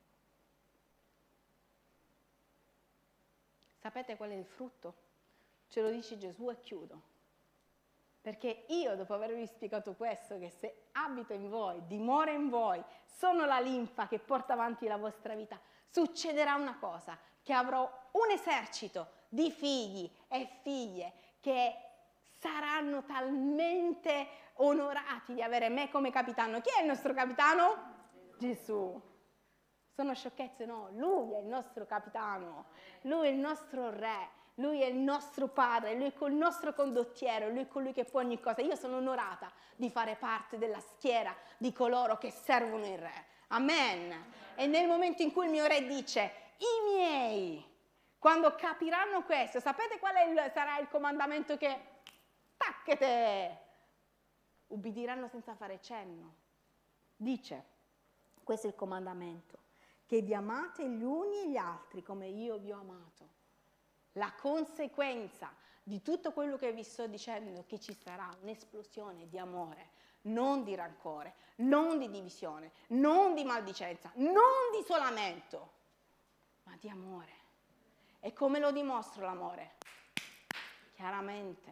Sapete qual è il frutto? Ce lo dice Gesù e chiudo. Perché io, dopo avervi spiegato questo, che se abito in voi, dimora in voi, sono la linfa che porta avanti la vostra vita, succederà una cosa, che avrò un esercito di figli e figlie che saranno talmente onorati di avere me come capitano. Chi è il nostro capitano? Gesù. Sono sciocchezze? No, Lui è il nostro capitano, Lui è il nostro re, Lui è il nostro padre, Lui è il nostro condottiero, Lui è colui che può ogni cosa. Io sono onorata di fare parte della schiera di coloro che servono il re. Amen. E nel momento in cui il mio re dice, i miei, quando capiranno questo, sapete qual sarà il comandamento che, tacchete, ubbidiranno senza fare cenno. Dice, questo è il comandamento, che vi amate gli uni gli altri come io vi ho amato. La conseguenza di tutto quello che vi sto dicendo è che ci sarà un'esplosione di amore, non di rancore, non di divisione, non di maldicenza, non di isolamento, ma di amore. E come lo dimostro l'amore? Chiaramente,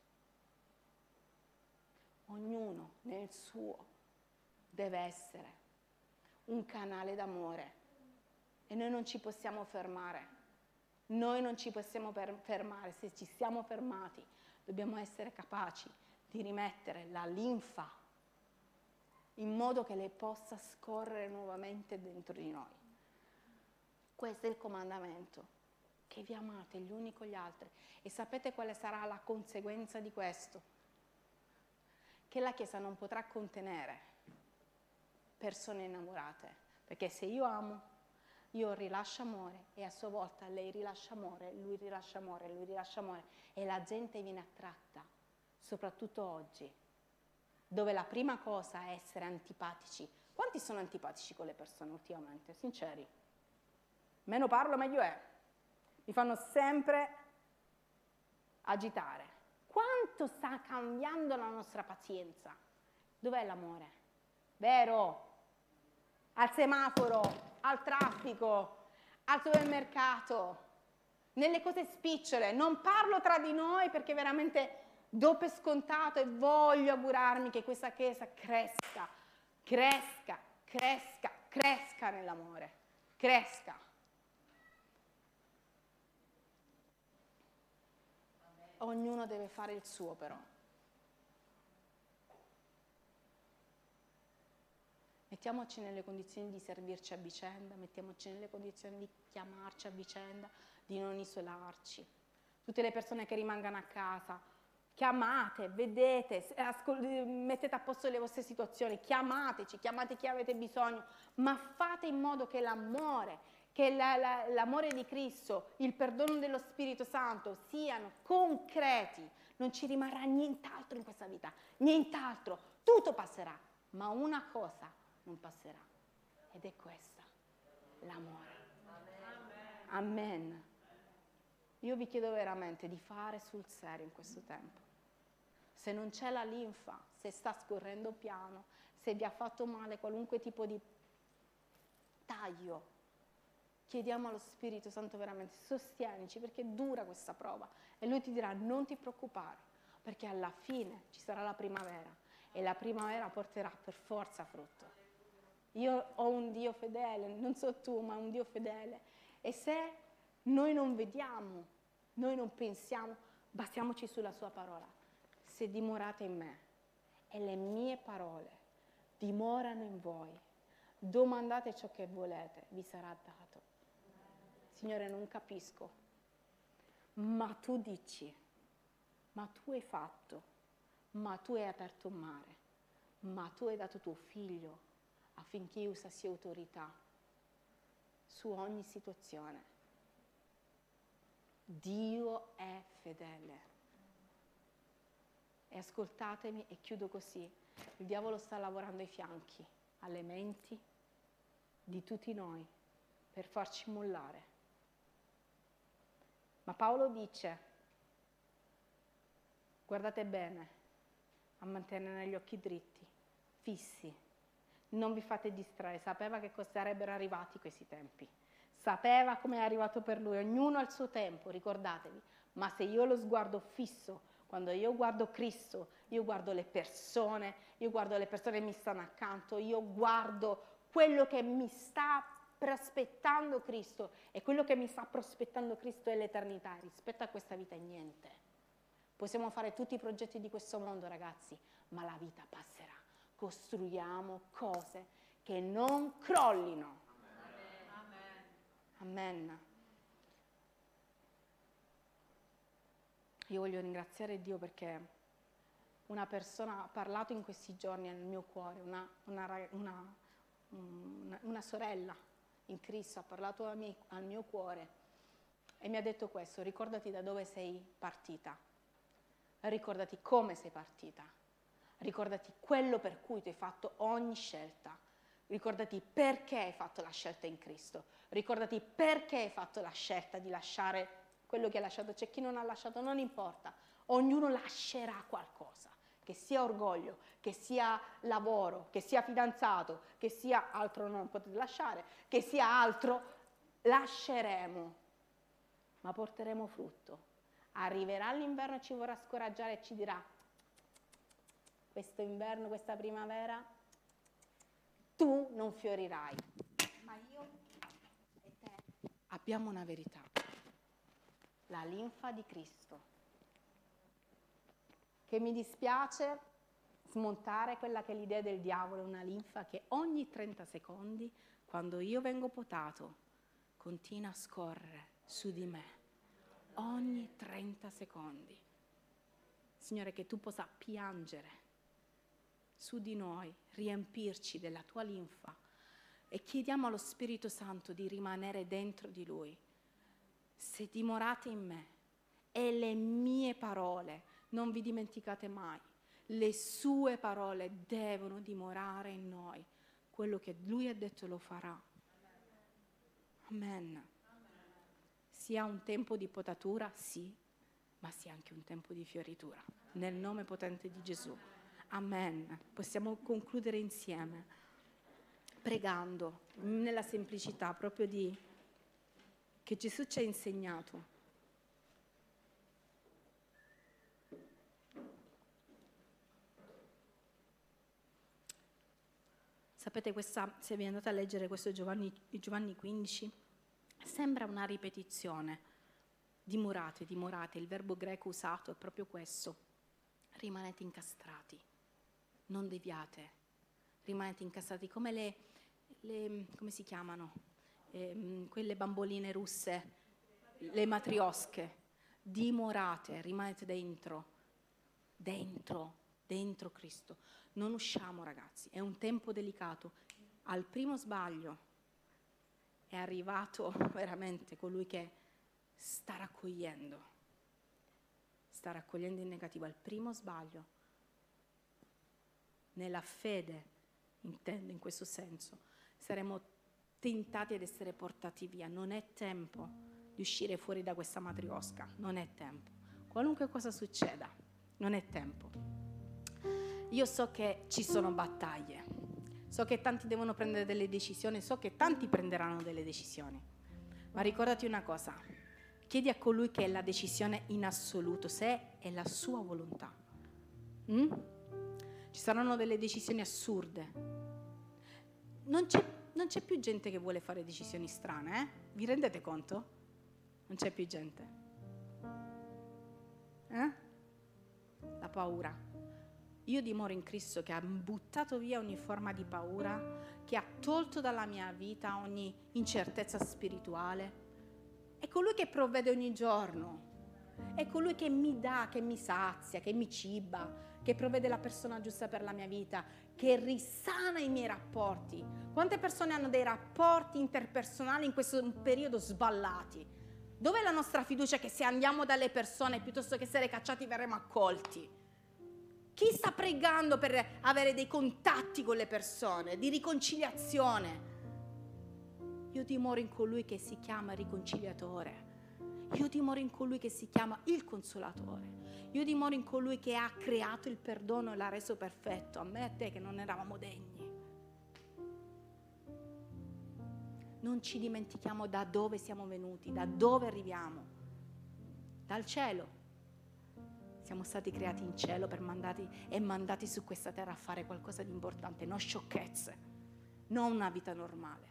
ognuno nel suo deve essere un canale d'amore. E noi non ci possiamo fermare, noi non ci possiamo fermare. Se ci siamo fermati dobbiamo essere capaci di rimettere la linfa in modo che lei possa scorrere nuovamente dentro di noi. Questo è il comandamento, che vi amate gli uni con gli altri. E sapete quale sarà la conseguenza di questo? Che la Chiesa non potrà contenere persone innamorate, perché se io amo, io rilascio amore e a sua volta lei rilascia amore, lui rilascia amore, lui rilascia amore e la gente viene attratta, soprattutto oggi, dove la prima cosa è essere antipatici. Quanti sono antipatici con le persone ultimamente? Sinceri. Meno parlo meglio è. Mi fanno sempre agitare. Quanto sta cambiando la nostra pazienza? Dov'è l'amore? Vero? Al semaforo, al traffico, al supermercato, nelle cose spicciole. Non parlo tra di noi perché veramente do per scontato e voglio augurarmi che questa Chiesa cresca, cresca, cresca, cresca nell'amore, cresca. Ognuno deve fare il suo però. Mettiamoci nelle condizioni di servirci a vicenda, mettiamoci nelle condizioni di chiamarci a vicenda, di non isolarci. Tutte le persone che rimangano a casa, chiamate, vedete, mettete a posto le vostre situazioni, chiamateci, chiamate chi avete bisogno, ma fate in modo che l'amore, che l'amore di Cristo, il perdono dello Spirito Santo siano concreti. Non ci rimarrà nient'altro in questa vita, nient'altro, tutto passerà, ma una cosa non passerà, ed è questa, l'amore. Amen. Io vi chiedo veramente di fare sul serio in questo tempo. Se non c'è la linfa, se sta scorrendo piano, se vi ha fatto male qualunque tipo di taglio, chiediamo allo Spirito Santo veramente, sostienici, perché dura questa prova, e Lui ti dirà non ti preoccupare, perché alla fine ci sarà la primavera, e la primavera porterà per forza frutto. Io ho un Dio fedele, non so tu, ma un Dio fedele. E se noi non vediamo, noi non pensiamo, basiamoci sulla sua parola. Se dimorate in me e le mie parole dimorano in voi, domandate ciò che volete, vi sarà dato. Signore, non capisco, ma tu dici, ma tu hai fatto, ma tu hai aperto un mare, ma tu hai dato tuo figlio affinché io usassi autorità su ogni situazione. Dio è fedele. E ascoltatemi e chiudo così. Il diavolo sta lavorando ai fianchi, alle menti di tutti noi per farci mollare. Ma Paolo dice, guardate bene a mantenere gli occhi dritti, fissi. Non vi fate distrarre, sapeva che cosa sarebbero arrivati questi tempi, sapeva come è arrivato per lui, ognuno al suo tempo, ricordatevi, ma se io ho lo sguardo fisso, quando io guardo Cristo, io guardo le persone che mi stanno accanto, io guardo quello che mi sta prospettando Cristo, e quello che mi sta prospettando Cristo è l'eternità, rispetto a questa vita è niente, Possiamo fare tutti i progetti di questo mondo, ragazzi, ma la vita passerà. Costruiamo cose che non crollino. Amen. Io voglio ringraziare Dio perché una persona ha parlato in questi giorni nel mio cuore, una sorella in Cristo ha parlato al mio cuore e mi ha detto questo: ricordati da dove sei partita, ricordati come sei partita, ricordati quello per cui tu hai fatto ogni scelta, ricordati perché hai fatto la scelta in Cristo, ricordati perché hai fatto la scelta di lasciare quello che ha lasciato. C'è chi non ha lasciato, non importa, ognuno lascerà qualcosa, che sia orgoglio, che sia lavoro, che sia fidanzato, che sia altro non potete lasciare, che sia altro, lasceremo, ma porteremo frutto. Arriverà l'inverno e ci vorrà scoraggiare e ci dirà: questo inverno, questa primavera, tu non fiorirai, ma io e te abbiamo una verità. La linfa di Cristo, che mi dispiace smontare quella che è l'idea del diavolo, una linfa che ogni 30 secondi, quando io vengo potato, continua a scorrere su di me, ogni 30 secondi. Signore, che tu possa piangere su di noi, riempirci della tua linfa e chiediamo allo Spirito Santo di rimanere dentro di Lui. Se dimorate in me e le mie parole, non vi dimenticate mai, le sue parole devono dimorare in noi. Quello che Lui ha detto lo farà. Amen. Sia un tempo di potatura, sì, ma sia anche un tempo di fioritura. Nel nome potente di Gesù. Amen. Possiamo concludere insieme, pregando nella semplicità proprio che Gesù ci ha insegnato. Sapete, se vi andate a leggere questo Giovanni 15, sembra una ripetizione. Dimorate, dimorate, il verbo greco usato è proprio questo. Rimanete incastrati, non deviate, rimanete incastrati come come si chiamano? Quelle bamboline russe, le matriosche. Dimorate, rimanete dentro Cristo. Non usciamo, ragazzi, è un tempo delicato. Al primo sbaglio è arrivato veramente colui che sta raccogliendo in negativo. Al primo sbaglio, nella fede, intendo in questo senso, saremo tentati ad essere portati via. Non è tempo di uscire fuori da questa matriosca, non è tempo. Qualunque cosa succeda, non è tempo. Io so che ci sono battaglie, so che tanti devono prendere delle decisioni, so che tanti prenderanno delle decisioni, ma ricordati una cosa: chiedi a colui che è la decisione in assoluto, se è la sua volontà. Ci saranno delle decisioni assurde. Non c'è più gente che vuole fare decisioni strane, eh? Vi rendete conto? Non c'è più gente. La paura. Io dimoro in Cristo che ha buttato via ogni forma di paura, che ha tolto dalla mia vita ogni incertezza spirituale. È colui che provvede ogni giorno, è colui che mi dà, che mi sazia, che mi ciba, che provvede la persona giusta per la mia vita, che risana i miei rapporti. Quante persone hanno dei rapporti interpersonali in questo periodo sballati? Dov'è la nostra fiducia che se andiamo dalle persone piuttosto che essere cacciati verremo accolti? Chi sta pregando per avere dei contatti con le persone, di riconciliazione? Io dimoro in colui che si chiama riconciliatore. Io dimoro in colui che si chiama il consolatore. Io dimoro in colui che ha creato il perdono e l'ha reso perfetto, a me e a te che non eravamo degni. Non ci dimentichiamo da dove siamo venuti, da dove arriviamo. Dal cielo. Siamo stati creati in cielo mandati su questa terra a fare qualcosa di importante, non sciocchezze, non una vita normale.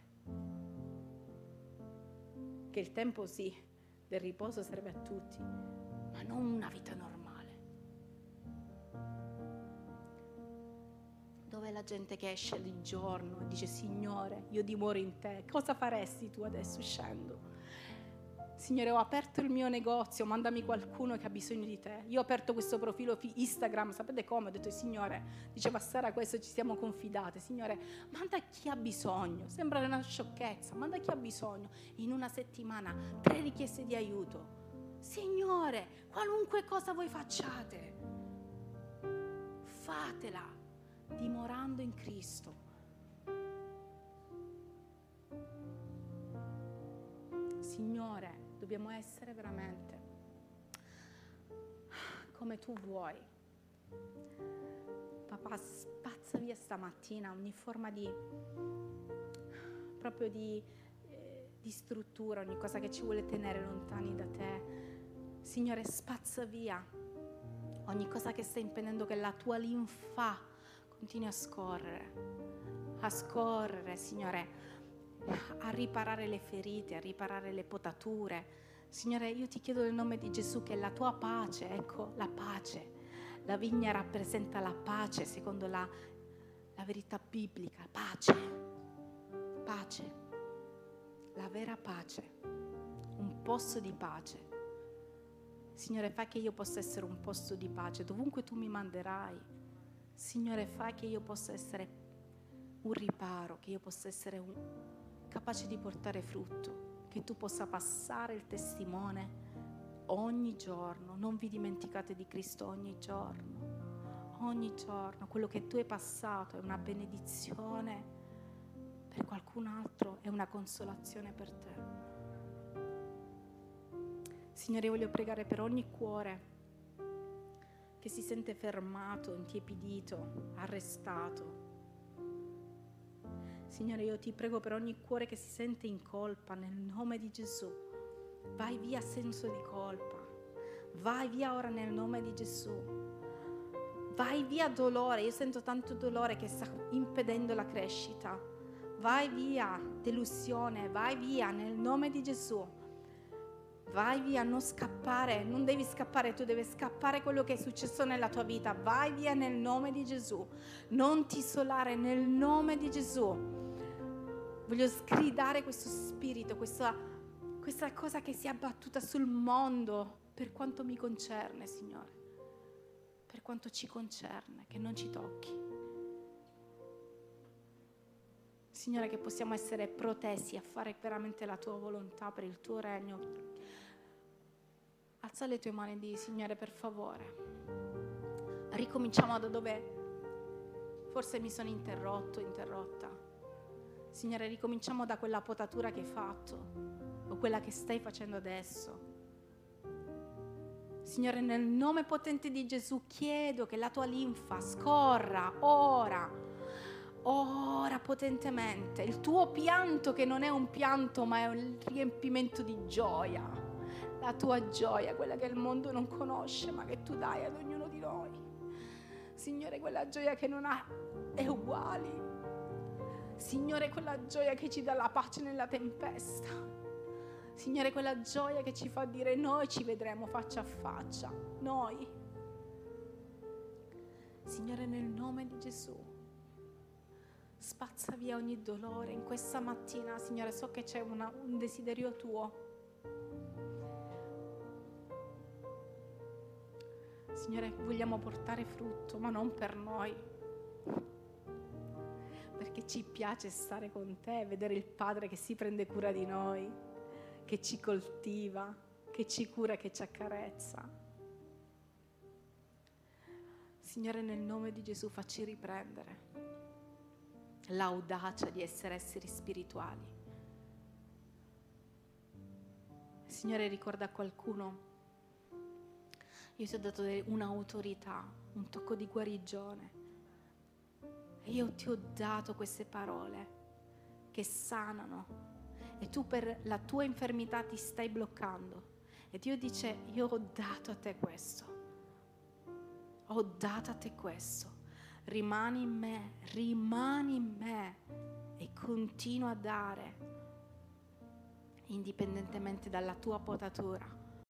Che il tempo sì, del riposo serve a tutti, ma non una vita normale. Dov'è la gente che esce di giorno e dice: Signore, io dimoro in te, cosa faresti tu adesso uscendo? Signore, ho aperto il mio negozio, mandami qualcuno che ha bisogno di te. Io ho aperto questo profilo Instagram, sapete come? Ho detto: Signore, diceva Sara questo, ci siamo confidate. Signore, manda chi ha bisogno. Sembra una sciocchezza, manda chi ha bisogno. In una settimana 3 richieste di aiuto. Signore, qualunque cosa voi facciate, fatela dimorando in Cristo. Signore, dobbiamo essere veramente come tu vuoi. Papà, spazza via stamattina ogni forma di struttura, ogni cosa che ci vuole tenere lontani da te. Signore, spazza via ogni cosa che sta impedendo che la tua linfa continui a scorrere, Signore, a riparare le ferite, a riparare le potature. Signore, io ti chiedo nel nome di Gesù che la tua pace, ecco, la pace, la vigna rappresenta la pace secondo la verità biblica, pace, la vera pace, un posto di pace. Signore, fai che io possa essere un posto di pace dovunque tu mi manderai. Signore, fai che io possa essere un riparo, che io possa essere capace di portare frutto, che tu possa passare il testimone ogni giorno. Non vi dimenticate di Cristo ogni giorno. Ogni giorno quello che tu hai passato è una benedizione per qualcun altro, è una consolazione per te. Signore, voglio pregare per ogni cuore che si sente fermato, intiepidito, arrestato. Signore, io ti prego per ogni cuore che si sente in colpa, nel nome di Gesù. Vai via senso di colpa. Vai via ora nel nome di Gesù. Vai via dolore. Io sento tanto dolore che sta impedendo la crescita. Vai via delusione. Vai via nel nome di Gesù. Vai via, non scappare, non devi scappare, tu devi scappare quello che è successo nella tua vita. Vai via nel nome di Gesù. Non ti isolare nel nome di Gesù. Voglio sgridare questo spirito, questa cosa che si è abbattuta sul mondo per quanto mi concerne, Signore. Per quanto ci concerne, che non ci tocchi. Signore, che possiamo essere protesi a fare veramente la tua volontà per il tuo regno. Alza le tue mani e di: Signore, per favore, ricominciamo da dove forse mi sono interrotta. Signore, ricominciamo da quella potatura che hai fatto o quella che stai facendo adesso. Signore, nel nome potente di Gesù chiedo che la tua linfa scorra ora potentemente. Il tuo pianto, che non è un pianto ma è un riempimento di gioia. La tua gioia, quella che il mondo non conosce ma che tu dai ad ognuno di noi. Signore, quella gioia che non ha uguali. Signore, quella gioia che ci dà la pace nella tempesta. Signore, quella gioia che ci fa dire: noi ci vedremo faccia a faccia. Noi. Signore, nel nome di Gesù, spazza via ogni dolore in questa mattina. Signore, so che c'è un desiderio tuo. Signore, vogliamo portare frutto, ma non per noi, perché ci piace stare con te, vedere il Padre che si prende cura di noi, che ci coltiva, che ci cura, che ci accarezza. Signore, nel nome di Gesù, facci riprendere l'audacia di essere esseri spirituali. Signore, ricorda a qualcuno: io ti ho dato un'autorità, un tocco di guarigione. E io ti ho dato queste parole che sanano. E tu per la tua infermità ti stai bloccando. E Dio dice: io ho dato a te questo. Ho dato a te questo. Rimani in me e continua a dare, indipendentemente dalla tua potatura.